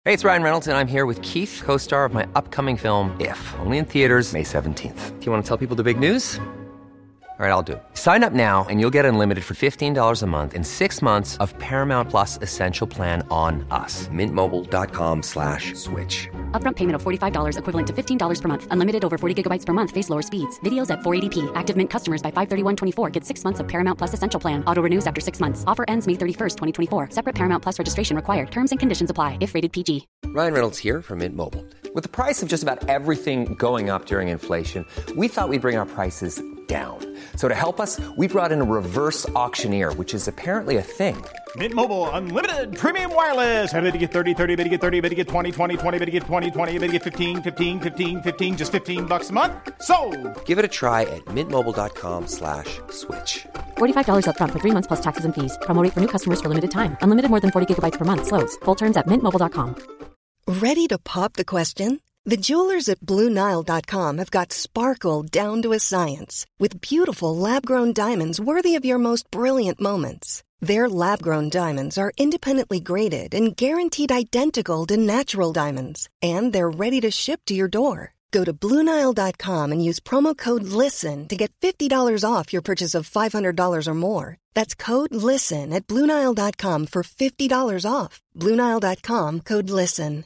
Hey, it's Ryan Reynolds, and I'm here with Keith, co-star of my upcoming film, If, only in theaters May 17th. Do you want to tell people the big news? All right, I'll do it. Sign up now and you'll get unlimited for $15 a month and 6 months of Paramount Plus Essential Plan on us. MintMobile.com/switch. Upfront payment of $45 equivalent to $15 per month. Unlimited over 40 gigabytes per month. Face lower speeds. Videos at 480p. Active Mint customers by 531.24 get 6 months of Paramount Plus Essential Plan. Auto renews after 6 months. Offer ends May 31st, 2024. Separate Paramount Plus registration required. Terms and conditions apply if rated PG. Ryan Reynolds here from Mint Mobile. With the price of just about everything going up during inflation, we thought we'd bring our prices down. So to help us, we brought in a reverse auctioneer, which is apparently a thing. Mint Mobile Unlimited Premium Wireless. How to get 30, 30, bit to get 30, bit to get 20, 20, 20, bit to get 20, 20, bit to get 15, 15, 15, 15, just $15 a month? Sold! Give it a try at mintmobile.com/switch. $45 upfront for 3 months plus taxes and fees. Promo rate for new customers for limited time. Unlimited more than 40 gigabytes per month. Slows full terms at mintmobile.com. Ready to pop the question? The jewelers at BlueNile.com have got sparkle down to a science with beautiful lab-grown diamonds worthy of your most brilliant moments. Their lab-grown diamonds are independently graded and guaranteed identical to natural diamonds, and they're ready to ship to your door. Go to BlueNile.com and use promo code LISTEN to get $50 off your purchase of $500 or more. That's code LISTEN at BlueNile.com for $50 off. BlueNile.com, code LISTEN.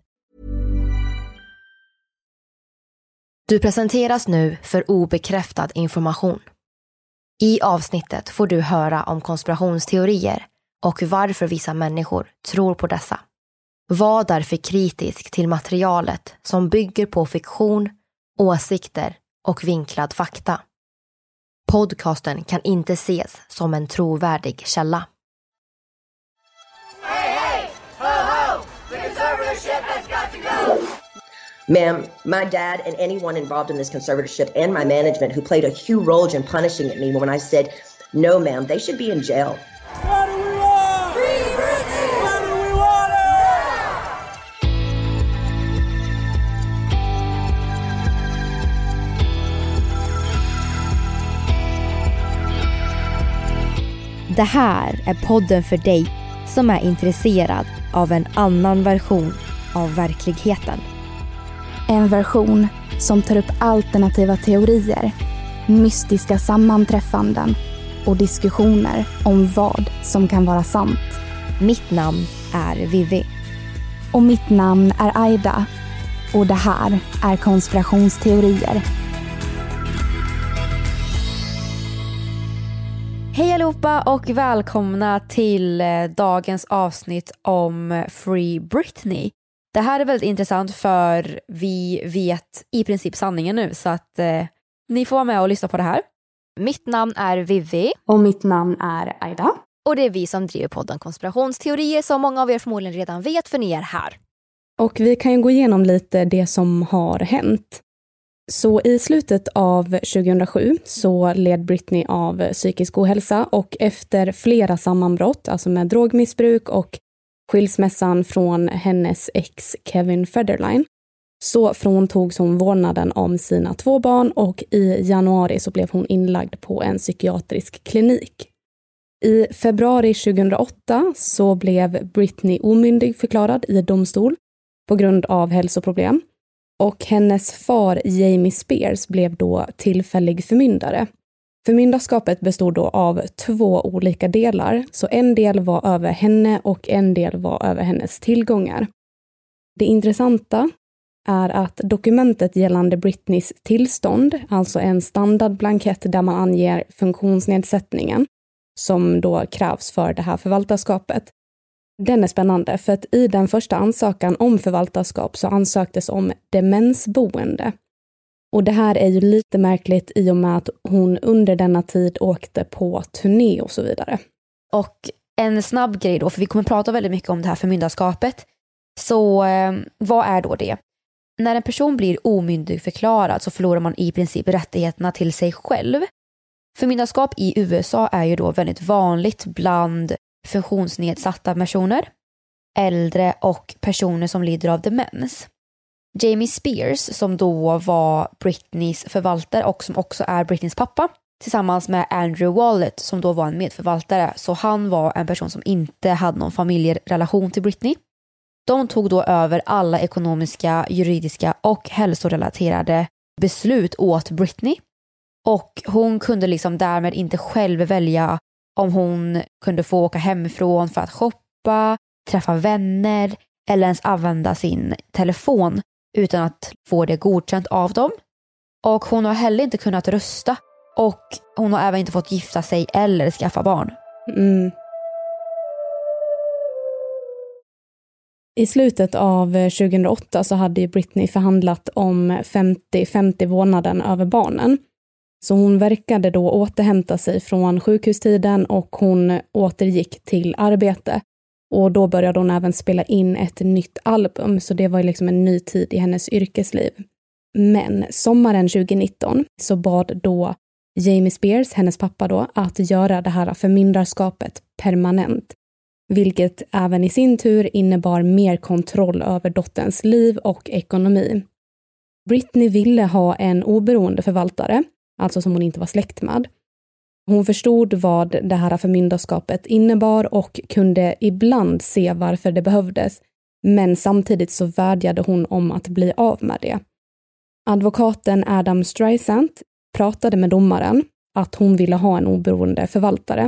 Du presenteras nu för obekräftad information. I avsnittet får du höra om konspirationsteorier och varför vissa människor tror på dessa. Var därför kritisk till materialet som bygger på fiktion, åsikter och vinklad fakta. Podcasten kan inte ses som en trovärdig källa. Hey, hey! Ho, ho! The conservatorship has got to go! Ma'am, my dad and anyone involved in this conservatorship and my management who played a huge role in punishing me when I said, no, ma'am, they should be in jail. What do we want? Free Britney! What do we want? Det här är podden för dig som är intresserad av en annan version av verkligheten. En version som tar upp alternativa teorier, mystiska sammanträffanden och diskussioner om vad som kan vara sant. Mitt namn är Vivi. Och mitt namn är Aida. Och det här är konspirationsteorier. Hej allihopa och välkomna till dagens avsnitt om Free Britney. Det här är väldigt intressant för vi vet i princip sanningen nu så att ni får vara med och lyssna på det här. Mitt namn är Vivi. Och mitt namn är Aida. Och det är vi som driver podden konspirationsteorier som många av er förmodligen redan vet för ni är här. Och vi kan ju gå igenom lite det som har hänt. Så i slutet av 2007 så led Britney av psykisk ohälsa och efter flera sammanbrott, alltså med drogmissbruk och skilsmässan från hennes ex Kevin Federline, så fråntogs hon vårdnaden om sina 2 barn och i januari så blev hon inlagd på en psykiatrisk klinik. I februari 2008 så blev Britney omyndig förklarad i domstol på grund av hälsoproblem. Och hennes far Jamie Spears blev då tillfällig förmyndare. Förmyndarskapet bestod då av 2 olika delar. Så en del var över henne och en del var över hennes tillgångar. Det intressanta är att dokumentet gällande Britneys tillstånd, alltså en standardblankett där man anger funktionsnedsättningen som då krävs för det här förvaltarskapet. Den är spännande för att i den första ansökan om förvaltarskap så ansöktes om demensboende. Och det här är ju lite märkligt i och med att hon under denna tid åkte på turné och så vidare. Och en snabb grej då, för vi kommer prata väldigt mycket om det här förmyndarskapet. Så vad är då det? När en person blir omyndig förklarad så förlorar man i princip rättigheterna till sig själv. Förmyndarskap i USA är ju då väldigt vanligt bland funktionsnedsatta personer, äldre och personer som lider av demens. Jamie Spears, som då var Britneys förvaltare och som också är Britneys pappa, tillsammans med Andrew Wallet som då var en medförvaltare, så han var en person som inte hade någon familjerelation till Britney. De tog då över alla ekonomiska, juridiska och hälsorelaterade beslut åt Britney. Och hon kunde liksom därmed inte själv välja om hon kunde få åka hemifrån för att shoppa, träffa vänner eller ens använda sin telefon utan att få det godkänt av dem. Och hon har heller inte kunnat rösta och hon har även inte fått gifta sig eller skaffa barn. I slutet av 2008 så hade Britney förhandlat om 50-50 vårdnaden över barnen. Så hon verkade då återhämta sig från sjukhustiden och hon återgick till arbete. Och då började hon även spela in ett nytt album, så det var liksom en ny tid i hennes yrkesliv. Men sommaren 2019 så bad då Jamie Spears, hennes pappa då, att göra det här förmyndarskapet permanent. Vilket även i sin tur innebar mer kontroll över dotterns liv och ekonomi. Britney ville ha en oberoende förvaltare, alltså som hon inte var släkt med. Hon förstod vad det här förmyndarskapet innebar och kunde ibland se varför det behövdes, men samtidigt så vädjade hon om att bli av med det. Advokaten Adam Streisand pratade med domaren att hon ville ha en oberoende förvaltare.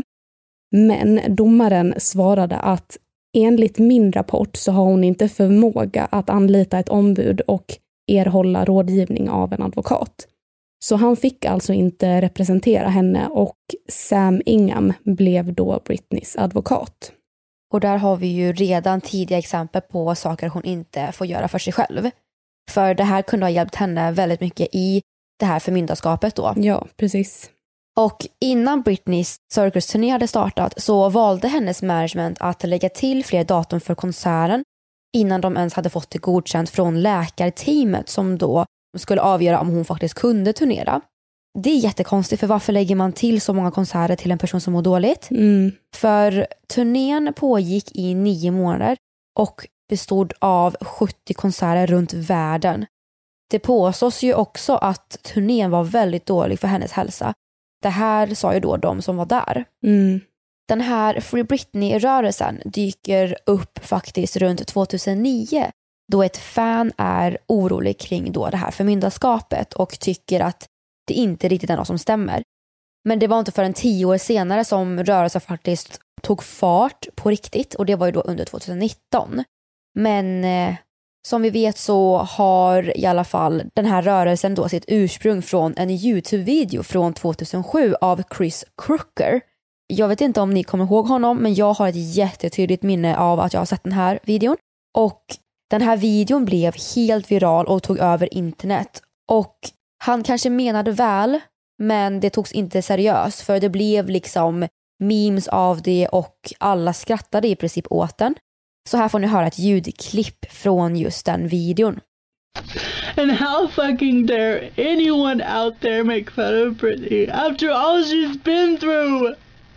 Men domaren svarade att enligt min rapport så har hon inte förmåga att anlita ett ombud och erhålla rådgivning av en advokat. Så han fick alltså inte representera henne och Sam Ingham blev då Britneys advokat. Och där har vi ju redan tidiga exempel på saker hon inte får göra för sig själv. För det här kunde ha hjälpt henne väldigt mycket i det här förmyndarskapet då. Ja, precis. Och innan Britneys circus-turné hade startat så valde hennes management att lägga till fler datum för konserten innan de ens hade fått det godkänt från läkarteamet som då skulle avgöra om hon faktiskt kunde turnera. Det är jättekonstigt, för varför lägger man till så många konserter till en person som mår dåligt? För turnén pågick i 9 månader och bestod av 70 konserter runt världen. Det påstås ju också att turnén var väldigt dålig för hennes hälsa. Det här sa ju då de som var där. Den här Free Britney-rörelsen dyker upp faktiskt runt 2009 då ett fan är orolig kring då det här förmyndarskapet och tycker att det inte riktigt är något som stämmer. Men det var inte förrän 10 år senare som rörelsen faktiskt tog fart på riktigt, och det var ju då under 2019. Men som vi vet så har i alla fall den här rörelsen då sitt ursprung från en YouTube-video från 2007 av Chris Crooker. Jag vet inte om ni kommer ihåg honom, men jag har ett jättetydligt minne av att jag har sett den här videon. Och den här videon blev helt viral och tog över internet. Och han kanske menade väl, men det togs inte seriöst, för det blev liksom memes av det och alla skrattade i princip åt den. Så här får ni höra ett ljudklipp från just den videon. And how fucking dare anyone out there make fun of Britney after all she's been through?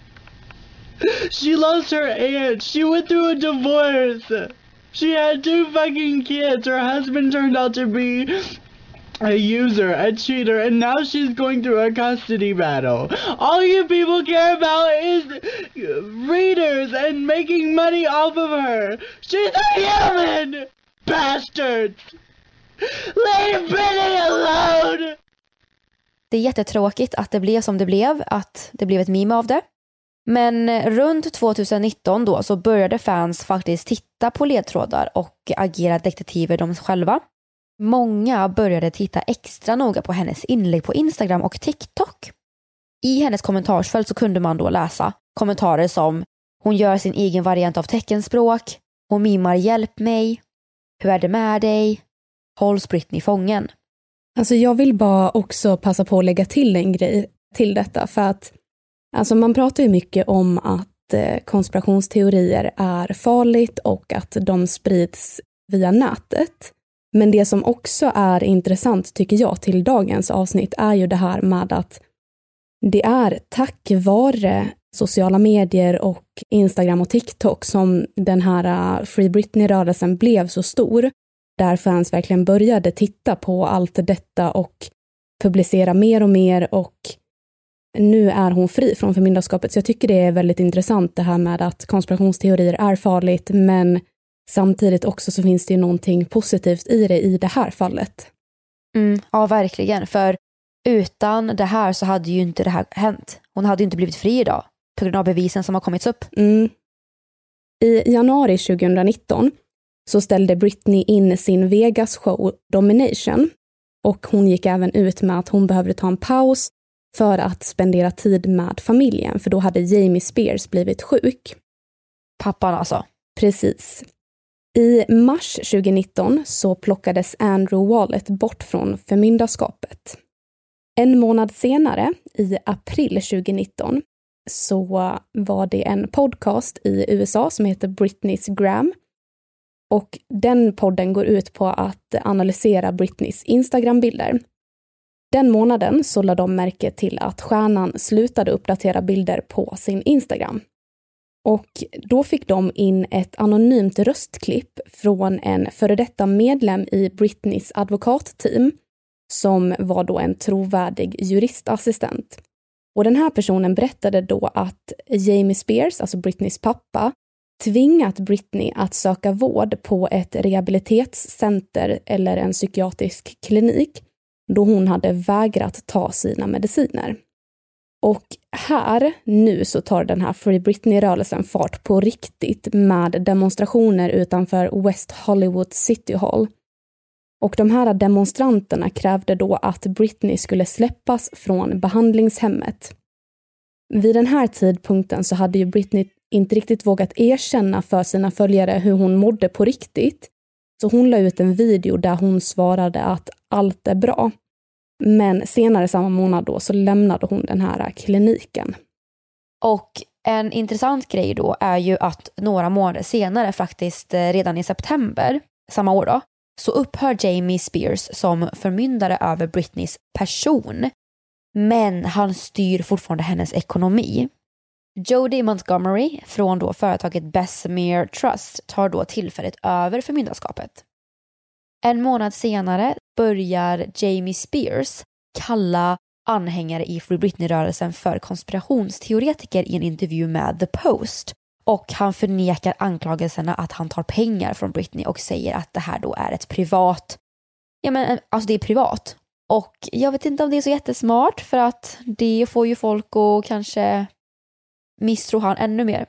She lost her aunt. She went through a divorce. She had 2 fucking kids. Her husband turned out to be a user, a cheater, and now she's going through a custody battle. All you people care about is readers and making money off of her. She's a human! Bastards! Leave Britney alone! Det är jättetråkigt att det blev som det blev, att det blev ett meme av det. Men runt 2019 då så började fans faktiskt titta på ledtrådar och agera detektiver de själva. Många började titta extra noga på hennes inlägg på Instagram och TikTok. I hennes kommentarsfält så kunde man då läsa kommentarer som: hon gör sin egen variant av teckenspråk, hon mimar hjälp mig, hur är det med dig, hålls Britney fången. Alltså jag vill bara också passa på att lägga till en grej till detta, för att alltså man pratar ju mycket om att konspirationsteorier är farligt och att de sprids via nätet. Men det som också är intressant tycker jag till dagens avsnitt är ju det här med att det är tack vare sociala medier och Instagram och TikTok som den här Free Britney-rörelsen blev så stor. Där fans verkligen började titta på allt detta och publicera mer och mer, och nu är hon fri från förmyndarskapet. Så jag tycker det är väldigt intressant det här med att konspirationsteorier är farligt, men Samtidigt också så finns det ju någonting positivt i det här fallet. Ja, verkligen. För utan det här så hade ju inte det här hänt. Hon hade ju inte blivit fri idag på grund av bevisen som har kommit upp. I januari 2019 så ställde Britney in sin Vegas-show Domination. Och hon gick även ut med att hon behövde ta en paus för att spendera tid med familjen. För då hade Jamie Spears blivit sjuk. Pappan alltså. Precis. I mars 2019 så plockades Andrew Wallet bort från förmyndarskapet. En månad senare, i april 2019, så var det en podcast i USA som heter Britney's Gram. Och den podden går ut på att analysera Britneys Instagram-bilder. Den månaden så lade de märke till att stjärnan slutade uppdatera bilder på sin Instagram. Och då fick de in ett anonymt röstklipp från en före detta medlem i Britneys advokatteam som var då en trovärdig juristassistent. Och den här personen berättade då att Jamie Spears, alltså Britneys pappa, tvingat Britney att söka vård på ett rehabilitetscenter eller en psykiatrisk klinik då hon hade vägrat ta sina mediciner. Och här, nu så tar den här Free Britney-rörelsen fart på riktigt med demonstrationer utanför West Hollywood City Hall. Och de här demonstranterna krävde då att Britney skulle släppas från behandlingshemmet. Vid den här tidpunkten så hade ju Britney inte riktigt vågat erkänna för sina följare hur hon mådde på riktigt. Så hon la ut en video där hon svarade att allt är bra. Men senare samma månad då så lämnade hon den här kliniken. Och en intressant grej då är ju att några månader senare, faktiskt redan i september samma år då, så upphör Jamie Spears som förmyndare över Britneys person. Men han styr fortfarande hennes ekonomi. Jodie Montgomery från då företaget Bessemer Trust tar då tillfället över förmyndarskapet. En månad senare börjar Jamie Spears kalla anhängare i Free Britney-rörelsen för konspirationsteoretiker i en intervju med The Post. Och han förnekar anklagelserna att han tar pengar från Britney och säger att det här då är ett privat... Ja men alltså det är privat. Och jag vet inte om det är så jättesmart för att det får ju folk att kanske misstro han ännu mer.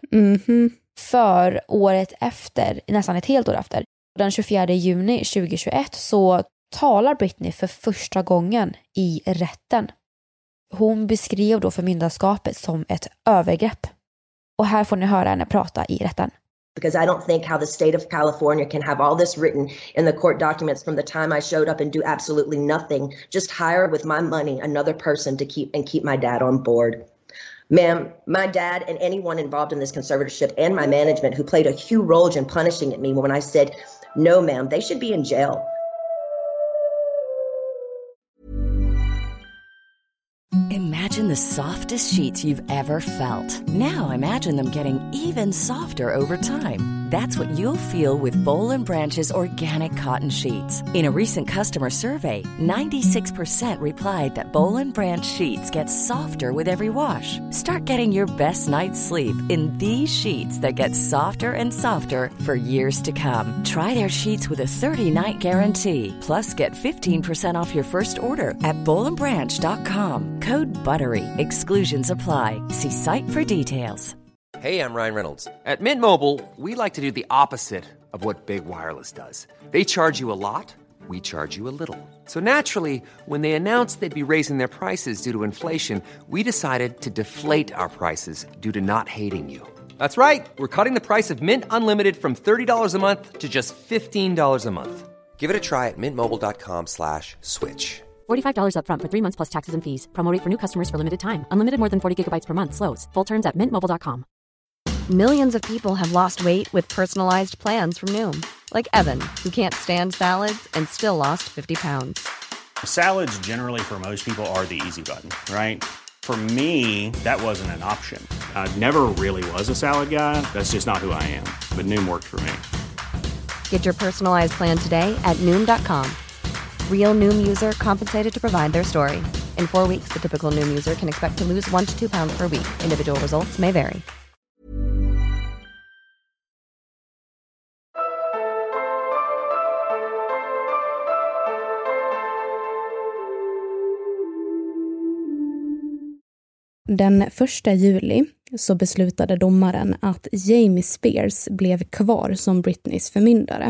För året efter, nästan ett helt år efter, den 24 juni 2021 så talar Britney för första gången i rätten. Hon beskrev då förmyndarskapet som ett övergrepp. Och här får ni höra henne prata i rätten. Because I don't think how the state of California can have all this written in the court documents from the time I showed up and do absolutely nothing. Just hire with my money another person to keep my dad on board. Ma'am, my dad and anyone involved in this conservatorship and my management who played a huge role in punishing me when I said, no ma'am, they should be in jail. Imagine the softest sheets you've ever felt. Now imagine them getting even softer over time. That's what you'll feel with Boll & Branch's organic cotton sheets. In a recent customer survey, 96% replied that Boll & Branch sheets get softer with every wash. Start getting your best night's sleep in these sheets that get softer and softer for years to come. Try their sheets with a 30-night guarantee. Plus, get 15% off your first order at bollandbranch.com. Code BUTTERY. Exclusions apply. See site for details. Hey, I'm Ryan Reynolds. At Mint Mobile, we like to do the opposite of what Big Wireless does. They charge you a lot, we charge you a little. So naturally, when they announced they'd be raising their prices due to inflation, we decided to deflate our prices due to not hating you. That's right. We're cutting the price of Mint Unlimited from $30 a month to just $15 a month. Give it a try at mintmobile.com/switch. $45 up front for 3 months plus taxes and fees. Promo rate for new customers for limited time. Unlimited more than 40 gigabytes per month. Slows full terms at mintmobile.com. Millions of people have lost weight with personalized plans from Noom. Like Evan, who can't stand salads and still lost 50 pounds. Salads generally for most people are the easy button, right? For me, that wasn't an option. I never really was a salad guy. That's just not who I am. But Noom worked for me. Get your personalized plan today at Noom.com. Real Noom user compensated to provide their story. In 4 weeks, the typical Noom user can expect to lose 1 to 2 pounds per week. Individual results may vary. Den 1 juli så beslutade domaren att Jamie Spears blev kvar som Britneys förmyndare.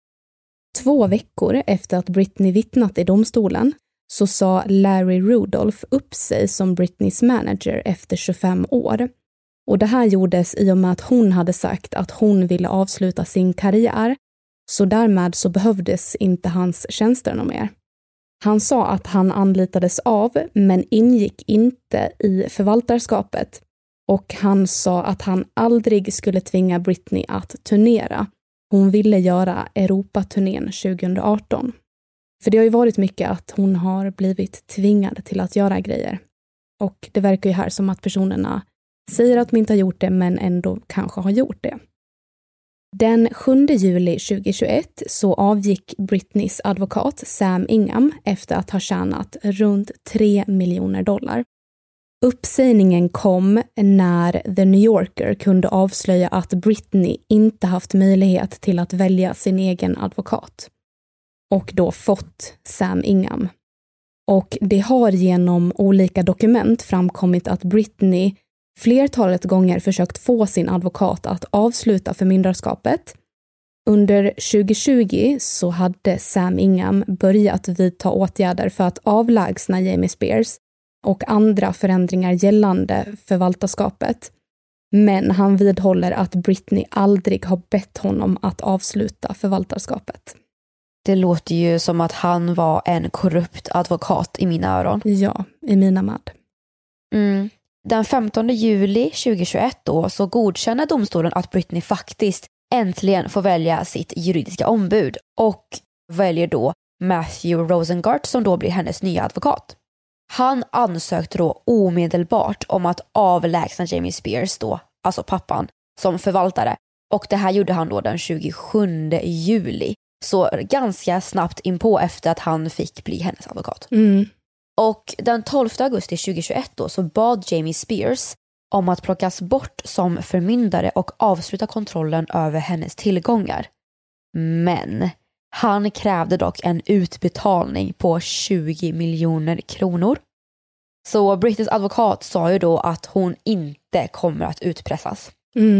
2 veckor efter att Britney vittnat i domstolen så sa Larry Rudolph upp sig som Britneys manager efter 25 år. Och det här gjordes i och med att hon hade sagt att hon ville avsluta sin karriär, så därmed så behövdes inte hans tjänster någon mer. Han sa att han anlitades av men ingick inte i förvaltarskapet, och han sa att han aldrig skulle tvinga Britney att turnera. Hon ville göra Europaturnén 2018. För det har ju varit mycket att hon har blivit tvingad till att göra grejer. Och det verkar ju här som att personerna säger att de inte har gjort det men ändå kanske har gjort det. Den 7 juli 2021 så avgick Britneys advokat Sam Ingham efter att ha tjänat runt $3 miljoner. Uppsägningen kom när The New Yorker kunde avslöja att Britney inte haft möjlighet till att välja sin egen advokat. Och då fått Sam Ingham. Och det har genom olika dokument framkommit att Britney flertalet gånger försökt få sin advokat att avsluta förmyndarskapet. Under 2020 så hade Sam Ingham börjat vidta åtgärder för att avlägsna Jamie Spears och andra förändringar gällande förvaltarskapet. Men han vidhåller att Britney aldrig har bett honom att avsluta förvaltarskapet. Det låter ju som att han var en korrupt advokat i mina öron. Ja, i mina med. Den 15 juli 2021 då så godkänner domstolen att Britney faktiskt äntligen får välja sitt juridiska ombud och väljer då Matthew Rosengart som då blir hennes nya advokat. Han ansökte då omedelbart om att avlägsna Jamie Spears då, alltså pappan, som förvaltare. Och det här gjorde han då den 27 juli. Så ganska snabbt inpå efter att han fick bli hennes advokat. Och den 12 augusti 2021 då så bad Jamie Spears om att plockas bort som förmyndare och avsluta kontrollen över hennes tillgångar. Men han krävde dock en utbetalning på 20 miljoner kronor. Så Britneys advokat sa ju då att hon inte kommer att utpressas.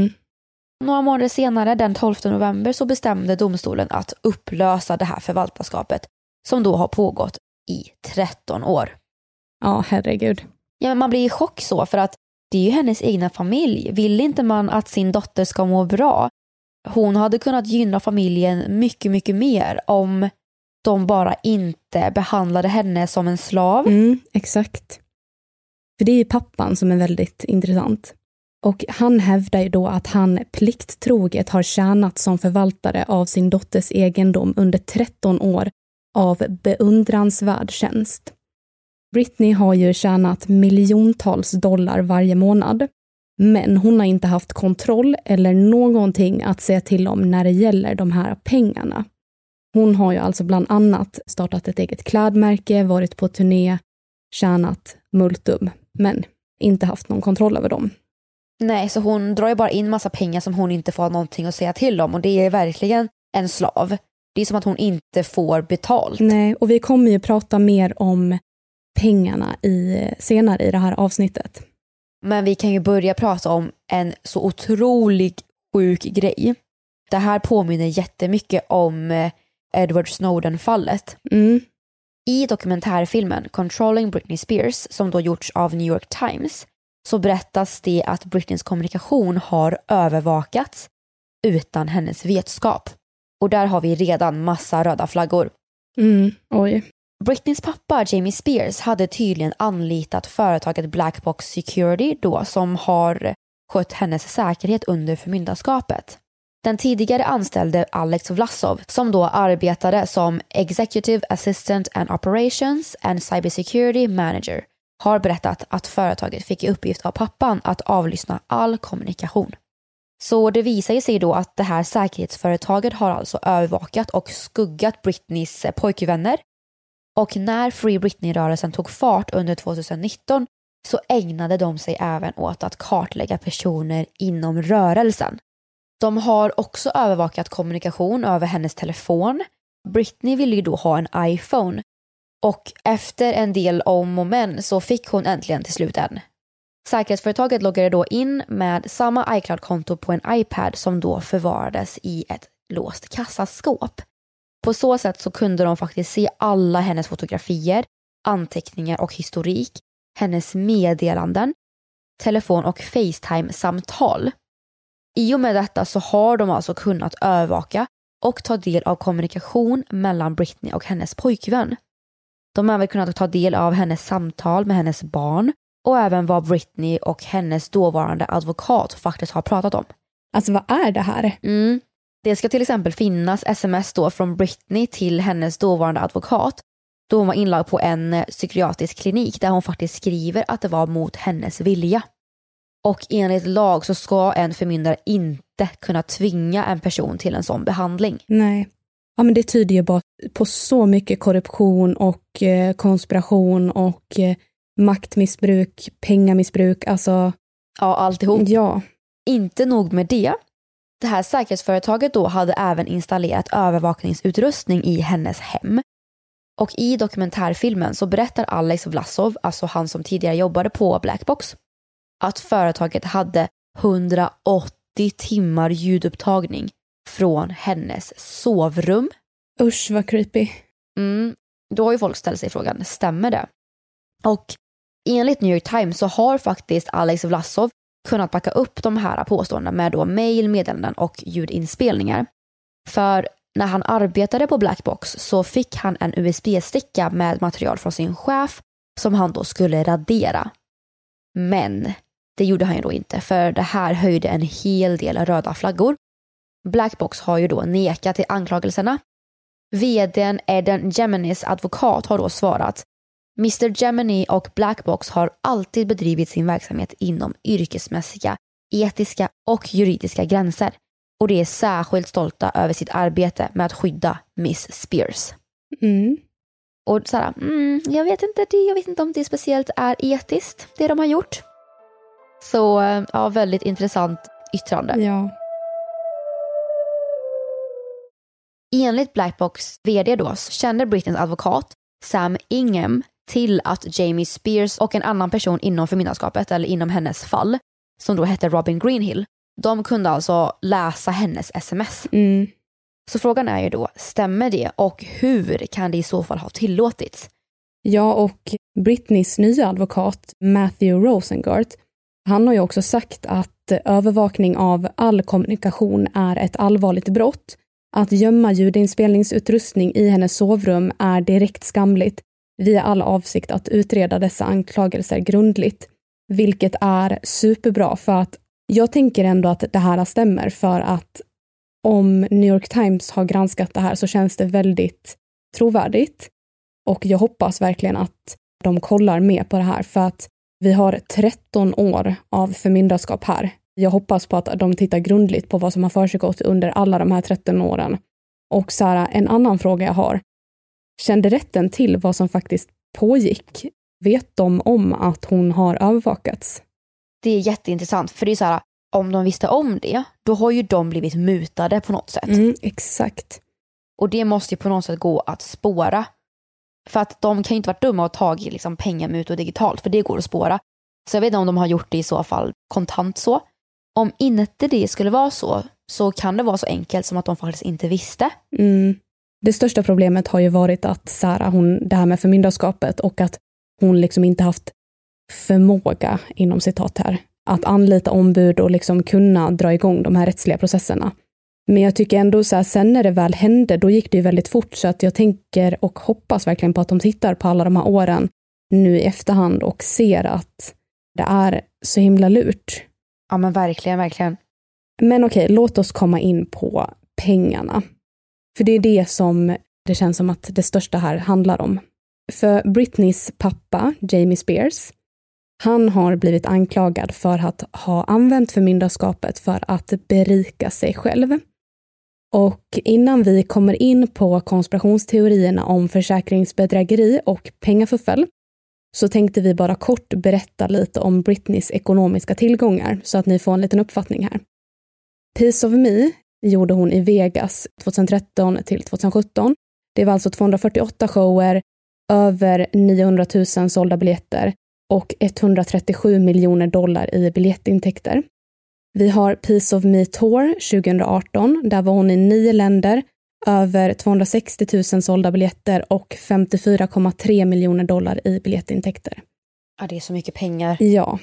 Några månader senare, den 12 november, så bestämde domstolen att upplösa det här förvaltarskapet som då har pågått i 13 år. Ja, herregud. Ja, men man blir i chock så, för att det är ju hennes egna familj. Vill inte man att sin dotter ska må bra? Hon hade kunnat gynna familjen mycket, mycket mer om de bara inte behandlade henne som en slav. Exakt. För det är ju pappan som är väldigt intressant. Och han hävdar ju då att han plikttroget har tjänat som förvaltare av sin dotters egendom under 13 år av beundransvärd tjänst. Britney har ju tjänat miljontals dollar varje månad, men hon har inte haft kontroll eller någonting att säga till om när det gäller de här pengarna. Hon har ju alltså bland annat startat ett eget klädmärke, varit på turné, tjänat multum, men inte haft någon kontroll över dem. Nej, så hon drar ju bara in massa pengar som hon inte får någonting att säga till om, och det är verkligen en slav. Det är som att hon inte får betalt. Nej, och vi kommer ju prata mer om pengarna senare i det här avsnittet. Men vi kan ju börja prata om en så otroligt sjuk grej. Det här påminner jättemycket om Edward Snowden-fallet. I dokumentärfilmen Controlling Britney Spears, som då gjorts av New York Times, så berättas det att Britneys kommunikation har övervakats utan hennes vetskap. Och där har vi redan massa röda flaggor. Oj. Britneys pappa Jamie Spears hade tydligen anlitat företaget Black Box Security då, som har skött hennes säkerhet under förmyndarskapet. Den tidigare anställde Alex Vlasov, som då arbetade som Executive Assistant and Operations and Cybersecurity Manager, har berättat att företaget fick i uppgift av pappan att avlyssna all kommunikation. Så det visar sig då att det här säkerhetsföretaget har alltså övervakat och skuggat Britneys pojkvänner. Och när Free Britney-rörelsen tog fart under 2019 så ägnade de sig även åt att kartlägga personer inom rörelsen. De har också övervakat kommunikation över hennes telefon. Britney ville ju då ha en iPhone. Och efter en del om och men så fick hon äntligen till slut en. Säkerhetsföretaget loggade då in med samma iCloud-konto på en iPad som då förvarades i ett låst kassaskåp. På så sätt så kunde de faktiskt se alla hennes fotografier, anteckningar och historik, hennes meddelanden, telefon- och FaceTime-samtal. I och med detta så har de alltså kunnat övervaka och ta del av kommunikation mellan Britney och hennes pojkvän. De har även kunnat ta del av hennes samtal med hennes barn och även vad Britney och hennes dåvarande advokat faktiskt har pratat om. Alltså vad är det här? Det ska till exempel finnas sms då från Britney till hennes dåvarande advokat då hon var inlagd på en psykiatrisk klinik där hon faktiskt skriver att det var mot hennes vilja. Och enligt lag så ska en förmyndare inte kunna tvinga en person till en sån behandling. Nej. Ja, men det tyder ju bara på så mycket korruption och konspiration och maktmissbruk, pengamissbruk, alltså... Ja, alltihop. Ja. Inte nog med det. Det här säkerhetsföretaget då hade även installerat övervakningsutrustning i hennes hem. Och i dokumentärfilmen så berättar Alex Vlasov, alltså han som tidigare jobbade på Blackbox, att företaget hade 180 timmar ljudupptagning från hennes sovrum. Usch, vad creepy. Då har ju folk ställt sig frågan, stämmer det? Och enligt New York Times så har faktiskt Alex Vlasov kunnat backa upp de här påståendena med då mejl, meddelanden och ljudinspelningar. För när han arbetade på Blackbox så fick han en USB-sticka med material från sin chef som han då skulle radera. Men det gjorde han ju då inte, för det här höjde en hel del röda flaggor. Blackbox har ju då nekat till anklagelserna. VD:n Eden Geminis advokat har då svarat: Mr. Gemini och Blackbox har alltid bedrivit sin verksamhet inom yrkesmässiga, etiska och juridiska gränser. Och de är särskilt stolta över sitt arbete med att skydda Miss Spears. Och så här, jag vet inte om det speciellt är etiskt, det de har gjort. Så ja, väldigt intressant yttrande. Ja. Enligt Blackbox vd då känner Britneys advokat Sam Ingham till att Jamie Spears och en annan person inom förmyndarskapet eller inom hennes fall som då hette Robin Greenhill, de kunde alltså läsa hennes sms. Så frågan är ju då, stämmer det och hur kan det i så fall ha tillåtits? Ja, och Britneys nya advokat Matthew Rosengart, han har ju också sagt att övervakning av all kommunikation är ett allvarligt brott. Att gömma ljudinspelningsutrustning i hennes sovrum är direkt skamligt. Vi har all avsikt att utreda dessa anklagelser grundligt. Vilket är superbra, för att jag tänker ändå att det här stämmer, för att om New York Times har granskat det här så känns det väldigt trovärdigt. Och jag hoppas verkligen att de kollar mer på det här, för att vi har 13 år av förmyndarskap här. Jag hoppas på att de tittar grundligt på vad som har försiggått under alla de här 13 åren. Och så här, en annan fråga jag har. Kände rätten till vad som faktiskt pågick? Vet de om att hon har övervakats? Det är jätteintressant, för det är så här, om de visste om det, då har ju de blivit mutade på något sätt. Exakt. Och det måste ju på något sätt gå att spåra. För att de kan ju inte vara dumma och tagit liksom pengamut och digitalt, för det går att spåra. Så jag vet inte om de har gjort det i så fall kontant så. Om inte det skulle vara så kan det vara så enkelt som att de faktiskt inte visste. Det största problemet har ju varit att Sarah, det här med förmyndarskapet, och att hon liksom inte haft förmåga, inom citat här, att anlita ombud och liksom kunna dra igång de här rättsliga processerna. Men jag tycker ändå så här, sen när det väl hände, då gick det ju väldigt fort, så att jag tänker och hoppas verkligen på att de tittar på alla de här åren nu i efterhand och ser att det är så himla lurt. Ja, men verkligen, verkligen. Men okej, låt oss komma in på pengarna. För det är det som det känns som att det största här handlar om. För Britneys pappa, Jamie Spears, han har blivit anklagad för att ha använt förmyndarskapet för att berika sig själv. Och innan vi kommer in på konspirationsteorierna om försäkringsbedrägeri och pengafuffel, så tänkte vi bara kort berätta lite om Britneys ekonomiska tillgångar så att ni får en liten uppfattning här. Piece of Me gjorde hon i Vegas 2013 till 2017. Det var alltså 248 shower, över 900 000 sålda biljetter och 137 miljoner dollar i biljettintäkter. Vi har Piece of Me Tour 2018. Där var hon i 9 länder, över 260 000 sålda biljetter och 54,3 miljoner dollar i biljettintäkter. Ja, det är så mycket pengar. Ja.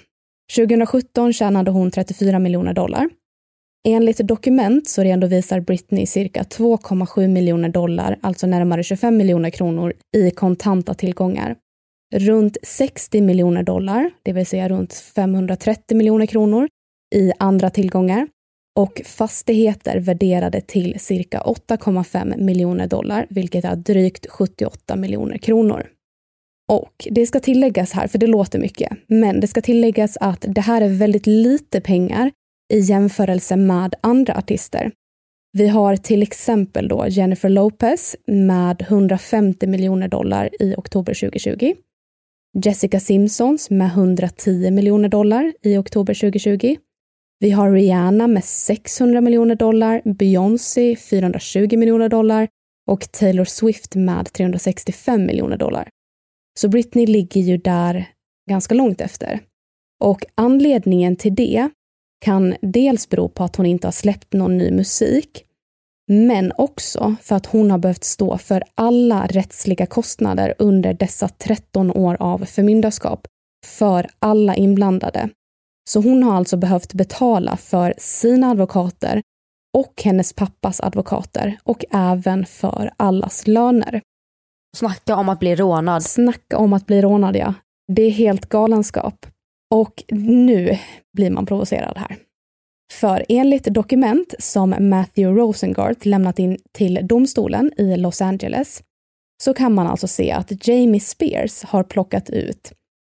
2017 tjänade hon 34 miljoner dollar. Enligt dokument så redovisar Britney cirka 2,7 miljoner dollar, alltså närmare 25 miljoner kronor i kontanta tillgångar. Runt 60 miljoner dollar, det vill säga runt 530 miljoner kronor i andra tillgångar. Och fastigheter värderade till cirka 8,5 miljoner dollar, vilket är drygt 78 miljoner kronor. Och det ska tilläggas här, för det låter mycket, men det ska tilläggas att det här är väldigt lite pengar i jämförelse med andra artister. Vi har till exempel då Jennifer Lopez med 150 miljoner dollar i oktober 2020. Jessica Simpsons med 110 miljoner dollar i oktober 2020. Vi har Rihanna med 600 miljoner dollar, Beyoncé 420 miljoner dollar och Taylor Swift med 365 miljoner dollar. Så Britney ligger ju där ganska långt efter. Och anledningen till det kan dels bero på att hon inte har släppt någon ny musik, men också för att hon har behövt stå för alla rättsliga kostnader under dessa 13 år av förmyndarskap för alla inblandade. Så hon har alltså behövt betala för sina advokater och hennes pappas advokater och även för allas löner. Snacka om att bli rånad. Snacka om att bli rånad, ja. Det är helt galenskap. Och nu blir man provocerad här. För enligt dokument som Matthew Rosengart lämnat in till domstolen i Los Angeles så kan man alltså se att Jamie Spears har plockat ut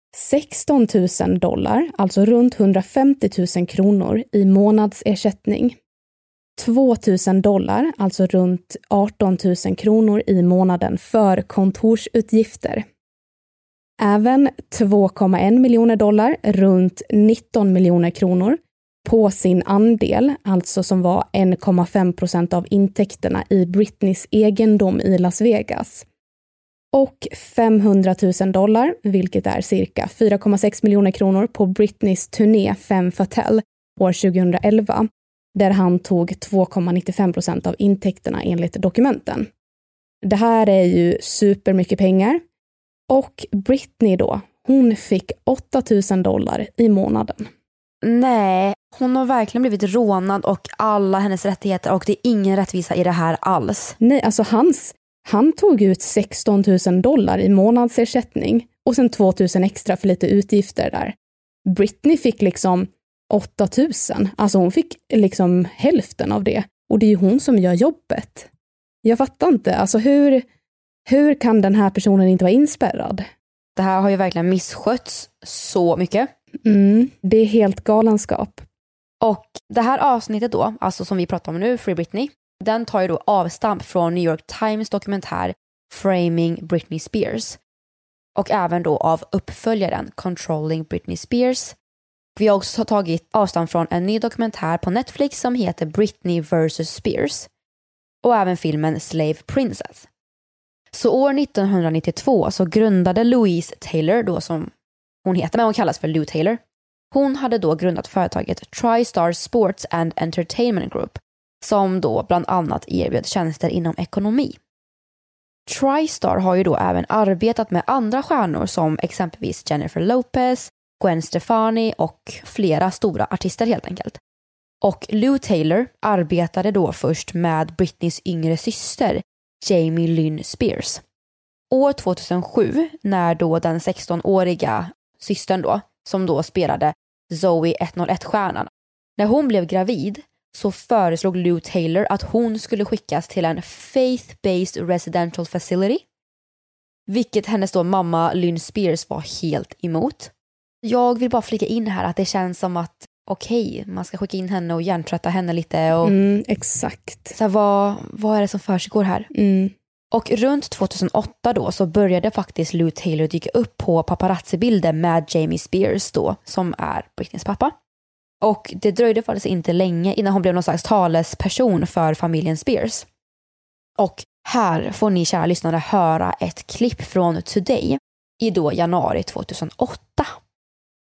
16 000 dollar, alltså runt 150 000 kronor i månadsersättning. 2 000 dollar, alltså runt 18 000 kronor i månaden för kontorsutgifter. Även 2,1 miljoner dollar, runt 19 miljoner kronor, på sin andel, alltså som var 1,5% av intäkterna i Britneys egendom i Las Vegas. Och 500 000 dollar, vilket är cirka 4,6 miljoner kronor på Britneys turné Femme Fatale år 2011, där han tog 2,95% av intäkterna enligt dokumenten. Det här är ju supermycket pengar. Och Britney då, hon fick 8 000 dollar i månaden. Nej, hon har verkligen blivit rånad och alla hennes rättigheter och det är ingen rättvisa i det här alls. Nej, alltså han tog ut 16 000 dollar i månadsersättning och sen 2 000 extra för lite utgifter där. Britney fick liksom 8 000, alltså hon fick liksom hälften av det och det är ju hon som gör jobbet. Jag fattar inte, alltså hur kan den här personen inte vara inspärrad? Det här har ju verkligen misskötts så mycket. Det är helt galenskap. Och det här avsnittet då, alltså som vi pratar om nu, Free Britney, den tar ju då avstamp från New York Times dokumentär Framing Britney Spears. Och även då av uppföljaren Controlling Britney Spears. Vi har också tagit avstamp från en ny dokumentär på Netflix som heter Britney vs. Spears. Och även filmen Slave Princess. Så år 1992 så grundade Louise Taylor, då som hon heter, men hon kallas för Lou Taylor. Hon hade då grundat företaget TriStar Sports and Entertainment Group, som då bland annat erbjöd tjänster inom ekonomi. TriStar har ju då även arbetat med andra stjärnor som exempelvis Jennifer Lopez, Gwen Stefani och flera stora artister helt enkelt. Och Lou Taylor arbetade då först med Britneys yngre syster, Jamie Lynn Spears. År 2007, när då den 16-åriga systern då, som då spelade Zoe 101-stjärnan, när hon blev gravid så föreslog Lou Taylor att hon skulle skickas till en faith-based residential facility, vilket hennes då mamma Lynn Spears var helt emot. Jag vill bara flika in här att det känns som att man ska skicka in henne och hjärntvätta henne lite. Och exakt. Så vad är det som försiggår här? Och runt 2008 då så började faktiskt Lou Taylor dyka upp på paparazzi-bilder med Jamie Spears då, som är Britneys pappa. Och det dröjde faktiskt inte länge innan hon blev någon slags talesperson för familjen Spears. Och här får ni kära lyssnare höra ett klipp från Today i då januari 2008.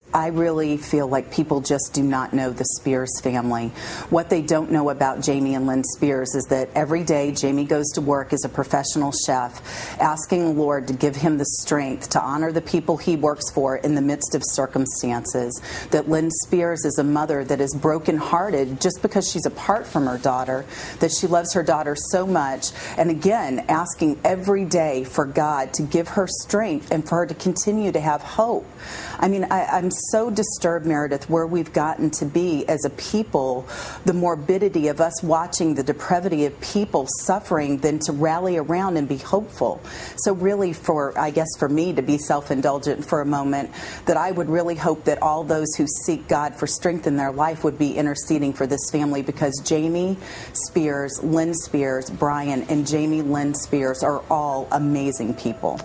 I really feel like people just do not know the Spears family. What they don't know about Jamie and Lynn Spears is that every day Jamie goes to work as a professional chef, asking the Lord to give him the strength to honor the people he works for in the midst of circumstances. That Lynn Spears is a mother that is brokenhearted just because she's apart from her daughter, that she loves her daughter so much, and again, asking every day for God to give her strength and for her to continue to have hope. I mean, I'm so disturbed, Meredith, where we've gotten to be as a people, the morbidity of us watching the depravity of people suffering than to rally around and be hopeful. So really I guess for me to be self-indulgent for a moment, that I would really hope that all those who seek God for strength in their life would be interceding for this family, because Jamie Spears, Lynn Spears, Brian, and Jamie Lynn Spears are all amazing people.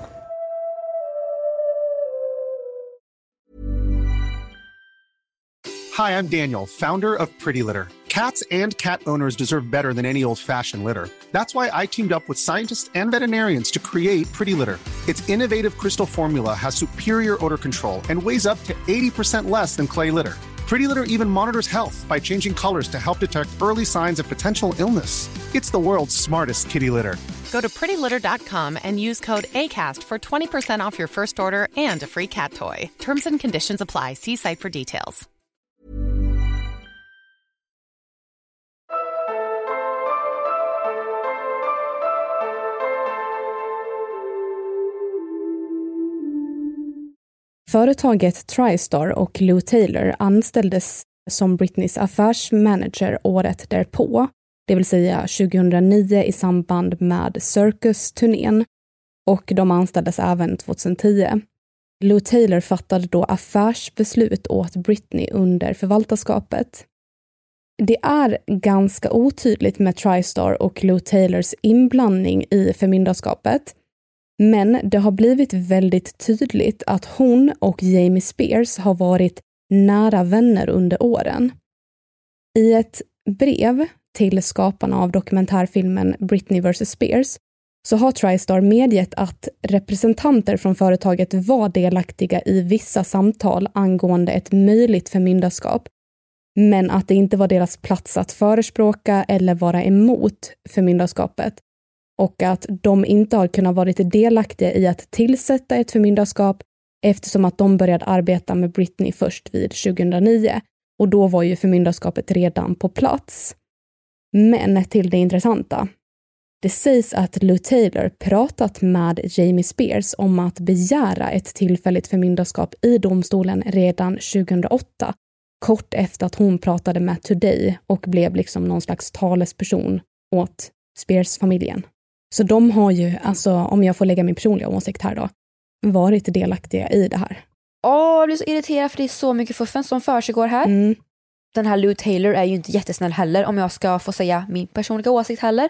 Hi, I'm Daniel, founder of Pretty Litter. Cats and cat owners deserve better than any old-fashioned litter. That's why I teamed up with scientists and veterinarians to create Pretty Litter. Its innovative crystal formula has superior odor control and weighs up to 80% less than clay litter. Pretty Litter even monitors health by changing colors to help detect early signs of potential illness. It's the world's smartest kitty litter. Go to prettylitter.com and use code ACAST for 20% off your first order and a free cat toy. Terms and conditions apply. See site for details. Företaget TriStar och Lou Taylor anställdes som Britneys affärsmanager året därpå, det vill säga 2009 i samband med Circus-turnén, och de anställdes även 2010. Lou Taylor fattade då affärsbeslut åt Britney under förvaltarskapet. Det är ganska otydligt med TriStar och Lou Taylors inblandning i förmyndarskapet, men det har blivit väldigt tydligt att hon och Jamie Spears har varit nära vänner under åren. I ett brev till skaparna av dokumentärfilmen Britney vs. Spears så har TriStar medgett att representanter från företaget var delaktiga i vissa samtal angående ett möjligt förmyndarskap, men att det inte var deras plats att förespråka eller vara emot förmyndarskapet, och att de inte har kunnat vara delaktiga i att tillsätta ett förmyndarskap eftersom att de började arbeta med Britney först vid 2009, och då var ju förmyndarskapet redan på plats. Men till det intressanta. Det sägs att Lou Taylor pratat med Jamie Spears om att begära ett tillfälligt förmyndarskap i domstolen redan 2008, kort efter att hon pratade med Today och blev liksom någon slags talesperson åt Spears-familjen. Så de har ju, alltså om jag får lägga min personliga åsikt här då, varit delaktiga i det här. Jag blir så irriterad för det är så mycket fuffens som försiggår här. Den här Lou Taylor är ju inte jättesnäll heller, om jag ska få säga min personliga åsikt heller.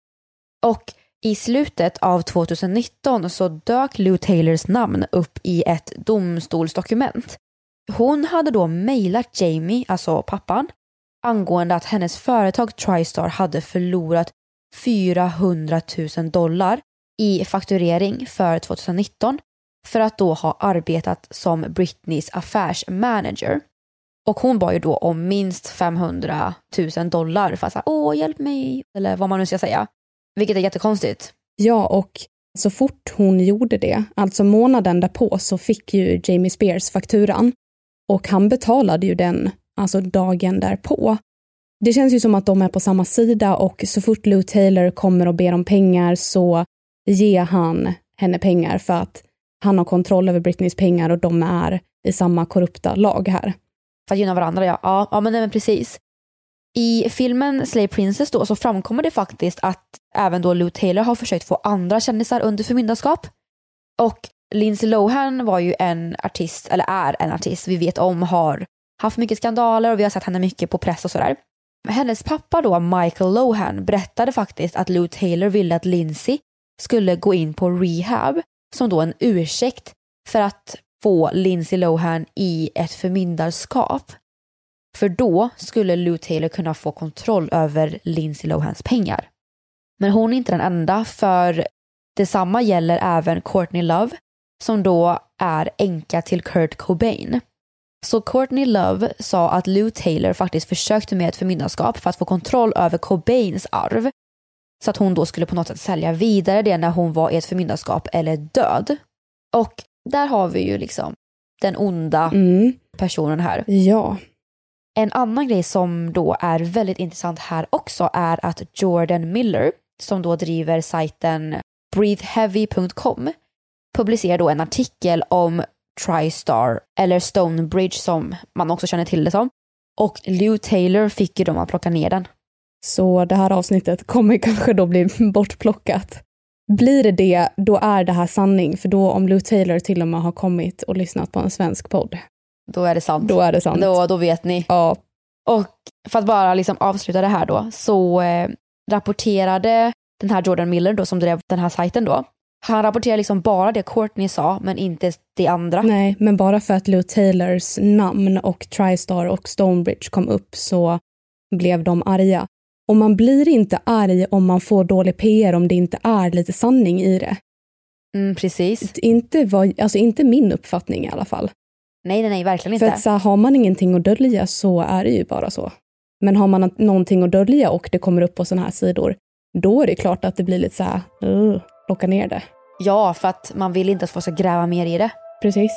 Och i slutet av 2019 så dök Lou Taylors namn upp i ett domstolsdokument. Hon hade då mejlat Jamie, alltså pappan, angående att hennes företag TriStar hade förlorat $400,000 i fakturering för 2019 för att då ha arbetat som Britneys affärsmanager. Och hon bad ju då om minst $500,000 för att säga, hjälp mig, eller vad man nu ska säga. Vilket är jättekonstigt. Ja, och så fort hon gjorde det, alltså månaden därpå, så fick ju Jamie Spears fakturan. Och han betalade ju den, alltså dagen därpå. Det känns ju som att de är på samma sida, och så fort Lou Taylor kommer och ber om pengar så ger han henne pengar för att han har kontroll över Britneys pengar och de är i samma korrupta lag här. För att gynna varandra, ja. Ja, men precis. I filmen Slave Princess då så framkommer det faktiskt att även då Lou Taylor har försökt få andra kändisar under förmyndarskap. Och Lindsay Lohan var ju en artist, eller är en artist vi vet om, har haft mycket skandaler och vi har sett henne mycket på press och sådär. Hennes pappa då, Michael Lohan, berättade faktiskt att Lou Taylor ville att Lindsay skulle gå in på rehab som då en ursäkt för att få Lindsay Lohan i ett förmyndarskap. För då skulle Lou Taylor kunna få kontroll över Lindsay Lohans pengar. Men hon är inte den enda, för detsamma gäller även Courtney Love som då är änka till Kurt Cobain. Så Courtney Love sa att Lou Taylor faktiskt försökte med ett förmyndarskap för att få kontroll över Cobains arv. Så att hon då skulle på något sätt sälja vidare det när hon var i ett förmyndarskap eller död. Och där har vi ju liksom den onda personen här. Ja. En annan grej som då är väldigt intressant här också är att Jordan Miller, som då driver sajten breatheheavy.com, publicerar då en artikel om TriStar eller Stonebridge som man också känner till det som. Och Lou Taylor fick ju dem att plocka ner den. Så det här avsnittet kommer kanske då bli bortplockat. Blir det, då är det här sanning. För då om Lou Taylor till och med har kommit och lyssnat på en svensk podd. Då är det sant. Då är det sant. Då vet ni. Ja. Och för att bara liksom avsluta det här då, så rapporterade den här Jordan Miller då, som drev den här sajten då. Han rapporterade liksom bara det Courtney sa, men inte det andra. Nej, men bara för att Lou Taylors namn och TriStar och Stonebridge kom upp så blev de arga. Och man blir inte arg om man får dålig PR om det inte är lite sanning i det. Precis. Inte min uppfattning i alla fall. Nej, verkligen inte. För att så har man ingenting att dölja så är det ju bara så. Men har man någonting att dölja och det kommer upp på såna här sidor, då är det klart att det blir lite så här, plocka ner det. Ja, för att man vill inte att folk ska gräva mer i det. Precis.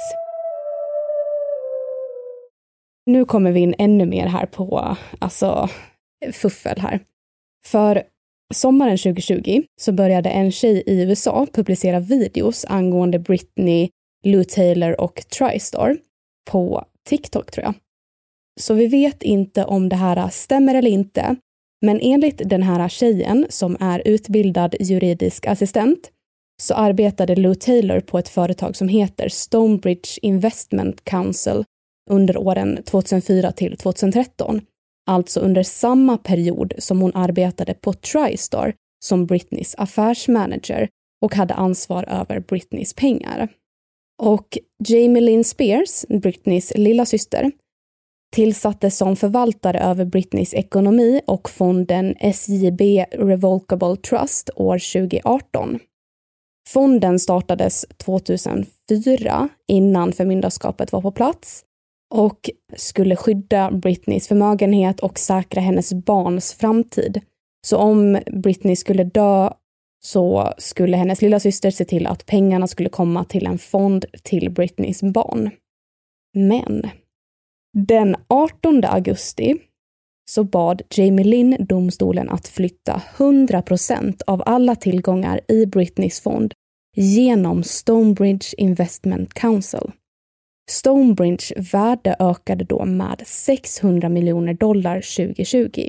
Nu kommer vi in ännu mer här på, fuffel här. För sommaren 2020 så började en tjej i USA publicera videos angående Britney, Lou Taylor och TriStar på TikTok tror jag. Så vi vet inte om det här stämmer eller inte, men enligt den här tjejen som är utbildad juridisk assistent så arbetade Lou Taylor på ett företag som heter Stonebridge Investment Council under åren 2004 till 2013. Alltså under samma period som hon arbetade på TriStar som Britneys affärsmanager och hade ansvar över Britneys pengar. Och Jamie Lynn Spears, Britneys lilla syster, tillsattes som förvaltare över Britneys ekonomi och fonden SJB Revocable Trust år 2018. Fonden startades 2004 innan förmyndarskapet var på plats och skulle skydda Britneys förmögenhet och säkra hennes barns framtid. Så om Britney skulle dö så skulle hennes lilla syster se till att pengarna skulle komma till en fond till Britneys barn. Men den 18 augusti så bad Jamie Lynn domstolen att flytta 100% av alla tillgångar i Britneys fond genom Stonebridge Investment Council. Stonebridge värde ökade då med $600 miljoner 2020.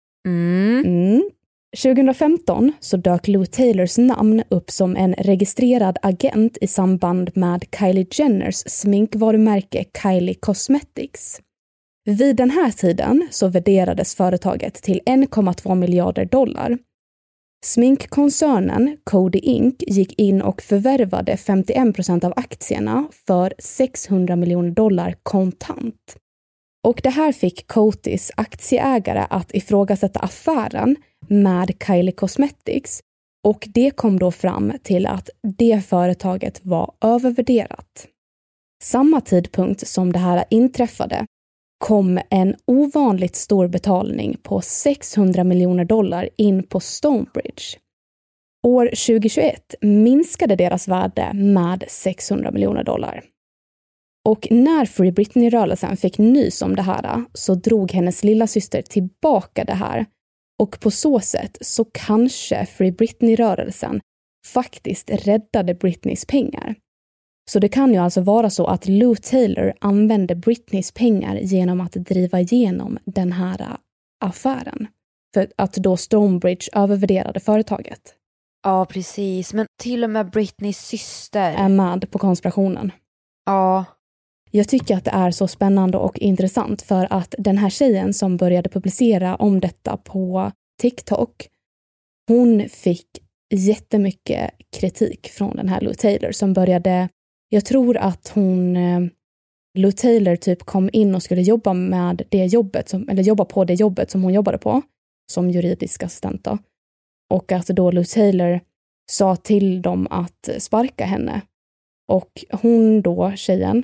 2015 så dök Lou Taylors namn upp som en registrerad agent i samband med Kylie Jenners sminkvarumärke Kylie Cosmetics. Vid den här tiden så värderades företaget till $1,2 miljarder. Sminkkoncernen Coty Inc. gick in och förvärvade 51% av aktierna för $600 miljoner kontant. Och det här fick Cotys aktieägare att ifrågasätta affären med Kylie Cosmetics och det kom då fram till att det företaget var övervärderat. Samma tidpunkt som det här inträffade kom en ovanligt stor betalning på $600 miljoner in på Stonebridge. År 2021 minskade deras värde med $600 miljoner. Och när Free Britney-rörelsen fick nys om det här så drog hennes lilla syster tillbaka det här. Och på så sätt så kanske Free Britney-rörelsen faktiskt räddade Britneys pengar. Så det kan ju alltså vara så att Lou Taylor använde Britneys pengar genom att driva igenom den här affären. För att då Stonebridge övervärderade företaget. Ja, precis. Men till och med Britneys syster är med på konspirationen. Ja. Jag tycker att det är så spännande och intressant för att den här tjejen som började publicera om detta på TikTok, hon fick jättemycket kritik från den här Lou Taylor som började, jag tror att Lou Taylor typ kom in och skulle jobba med det jobbet jobba på det jobbet som hon jobbade på som juridisk assistent då. Och att då Lou Taylor sa till dem att sparka henne. Och hon då, tjejen,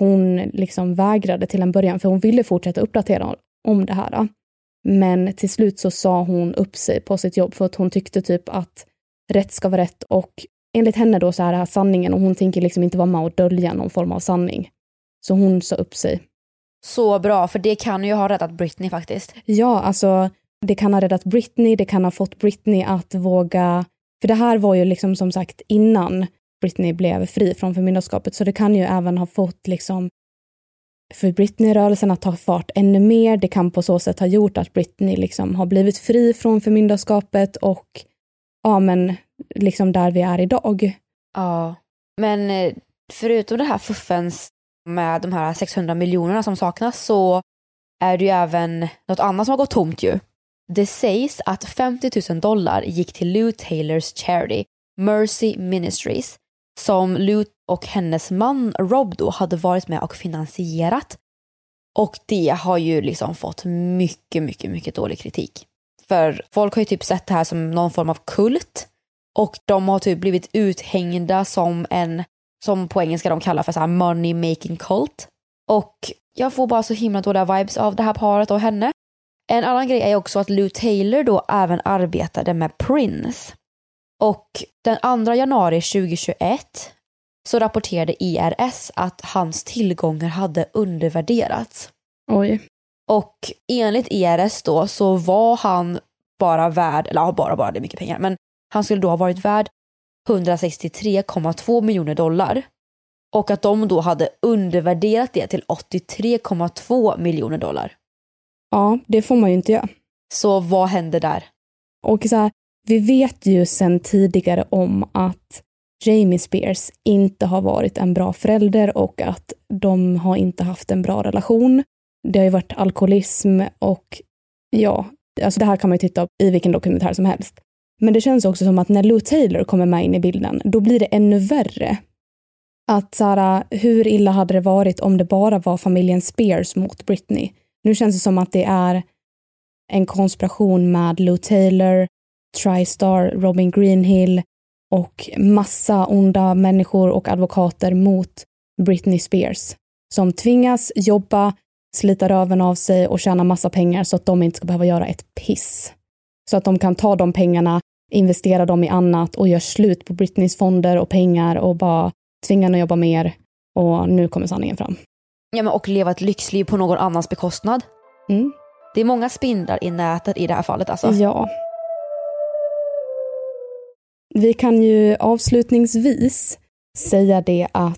hon liksom vägrade till en början för hon ville fortsätta uppdatera om det här. Men till slut så sa hon upp sig på sitt jobb för att hon tyckte typ att rätt ska vara rätt och enligt henne då så är det här sanningen och hon tänker liksom inte vara med och dölja någon form av sanning. Så hon sa upp sig. Så bra, för det kan ju ha räddat Britney faktiskt. Ja, alltså det kan ha räddat Britney, det kan ha fått Britney att våga, för det här var ju liksom som sagt innan Britney blev fri från förmyndarskapet, så det kan ju även ha fått liksom för Britney-rörelsen att ta fart ännu mer. Det kan på så sätt ha gjort att Britney liksom har blivit fri från förmyndarskapet och ja, men liksom där vi är idag. Ja, men förutom det här fuffens med de här 600 miljonerna som saknas så är det ju även något annat som har gått tomt ju. Det sägs att $50,000 gick till Lou Taylors charity, Mercy Ministries, som Lou och hennes man Rob då hade varit med och finansierat. Och det har ju liksom fått mycket dålig kritik. För folk har ju typ sett det här som någon form av kult. Och de har typ blivit uthängda som på engelska de kallar för så här money making cult. Och jag får bara så himla dåliga vibes av det här paret och henne. En annan grej är också att Lou Taylor då även arbetade med Prince. Och den 2 januari 2021 så rapporterade IRS att hans tillgångar hade undervärderats. Oj. Och enligt IRS då så var han bara värd, eller bara det är mycket pengar, men han skulle då ha varit värd $163,2 miljoner. Och att de då hade undervärderat det till $83,2 miljoner. Ja, det får man ju inte göra. Så vad hände där? Och så här, vi vet ju sedan tidigare om att Jamie Spears inte har varit en bra förälder och att de har inte haft en bra relation. Det har ju varit alkoholism och ja, alltså det här kan man ju titta i vilken dokumentär som helst. Men det känns också som att när Lou Taylor kommer med in i bilden, då blir det ännu värre. Att så här, hur illa hade det varit om det bara var familjen Spears mot Britney? Nu känns det som att det är en konspiration med Lou Taylor, TriStar, Robin Greenhill och massa onda människor och advokater mot Britney Spears som tvingas jobba, slita röven av sig och tjäna massa pengar så att de inte ska behöva göra ett piss. Så att de kan ta de pengarna, investera dem i annat och göra slut på Britneys fonder och pengar och bara tvinga henne att jobba mer. Och nu kommer sanningen fram. Ja, men och leva ett lyxliv på någon annans bekostnad. Mm. Det är många spindlar i nätet i det här fallet alltså. Ja. Vi kan ju avslutningsvis säga det att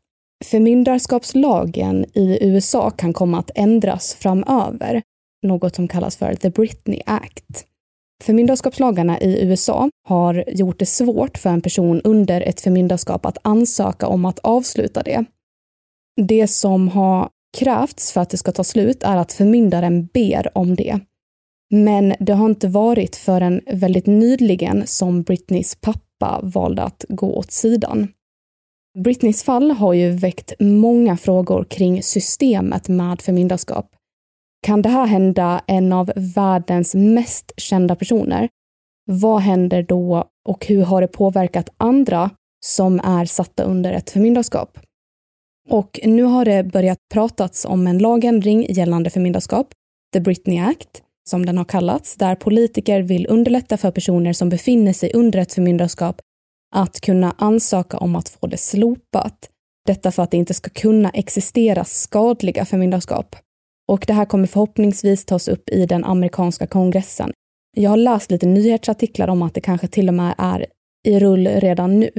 förmyndarskapslagen i USA kan komma att ändras framöver. Något som kallas för The Britney Act. Förmyndarskapslagarna i USA har gjort det svårt för en person under ett förmyndarskap att ansöka om att avsluta det. Det som har krävts för att det ska ta slut är att förmyndaren ber om det. Men det har inte varit förrän väldigt nyligen som Britneys pappa valde att gå åt sidan. Britneys fall har ju väckt många frågor kring systemet med förmyndarskap. Kan det här hända en av världens mest kända personer? Vad händer då och hur har det påverkat andra som är satta under ett förmyndarskap? Och nu har det börjat pratats om en lagändring gällande förmyndarskap, The Britney Act, som den har kallats, där politiker vill underlätta för personer som befinner sig under ett förmyndarskap att kunna ansöka om att få det slopat. Detta för att det inte ska kunna existera skadliga förmyndarskap. Och det här kommer förhoppningsvis tas upp i den amerikanska kongressen. Jag har läst lite nyhetsartiklar om att det kanske till och med är i rull redan nu.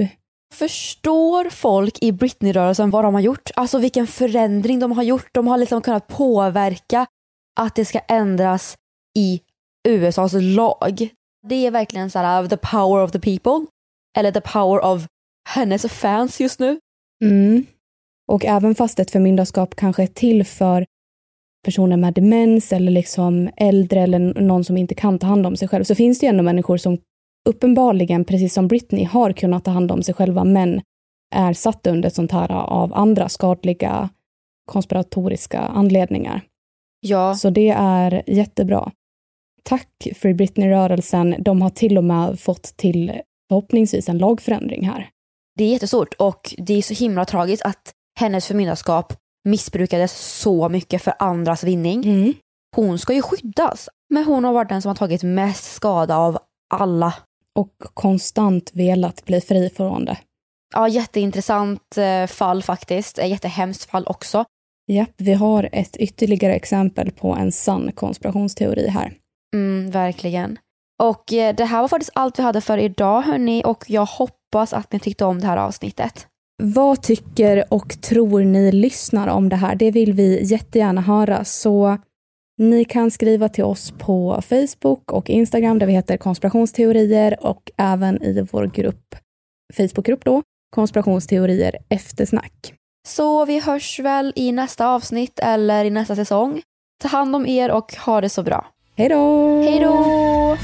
Förstår folk i Britney-rörelsen vad de har gjort? Alltså vilken förändring de har gjort. De har liksom kunnat påverka att det ska ändras i USAs lag. Det är verkligen så här the power of the people. Eller the power of hennes fans just nu. Mm. Och även fast ett förmyndarskap kanske är till för personer med demens eller liksom äldre eller någon som inte kan ta hand om sig själv, så finns det ju ändå människor som uppenbarligen, precis som Britney, har kunnat ta hand om sig själva men är satt under sånt här av andra skadliga konspiratoriska anledningar. Ja. Så det är jättebra. Tack för Britney-rörelsen. De har till och med fått till förhoppningsvis en lagförändring här. Det är jättestort och det är så himla tragiskt att hennes förmyndarskap missbrukades så mycket för andras vinning. Hon ska ju skyddas. Men hon har varit den som har tagit mest skada av alla. Och konstant velat bli fri från det. Ja, jätteintressant fall faktiskt. Jättehemskt fall också. Ja, vi har ett ytterligare exempel på en sann konspirationsteori här. Verkligen. Och det här var faktiskt allt vi hade för idag, hörni. Och jag hoppas att ni tyckte om det här avsnittet. Vad tycker och tror ni lyssnar om det här? Det vill vi jättegärna höra. Så ni kan skriva till oss på Facebook och Instagram där vi heter konspirationsteorier. Och även i vår grupp, Facebookgrupp då, konspirationsteorier eftersnack. Så vi hörs väl i nästa avsnitt eller i nästa säsong. Ta hand om er och ha det så bra. Hej då! Hej då!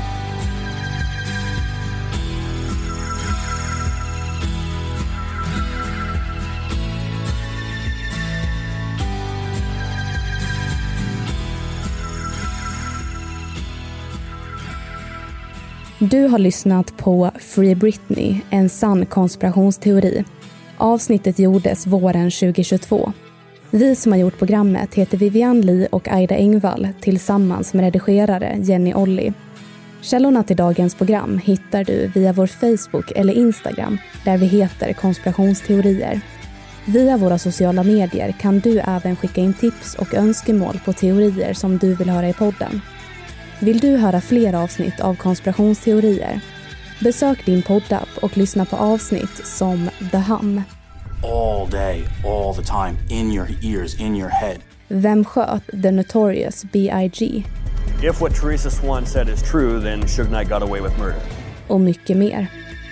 Du har lyssnat på Free Britney, en sann konspirationsteori. Avsnittet gjordes våren 2022. Vi som har gjort programmet heter Vivian Lee och Aida Engvall tillsammans med redigerare Jenny Olli. Källorna till dagens program hittar du via vår Facebook eller Instagram där vi heter konspirationsteorier. Via våra sociala medier kan du även skicka in tips och önskemål på teorier som du vill höra i podden. Vill du höra fler avsnitt av konspirationsteorier? Besök din poddapp och lyssna på avsnitt som The Hum. All day, all the time, in your ears, in your head. Vem sköt The Notorious B.I.G.? If what Teresa Swan said is true, then Suge Knight got away with murder. Och mycket mer.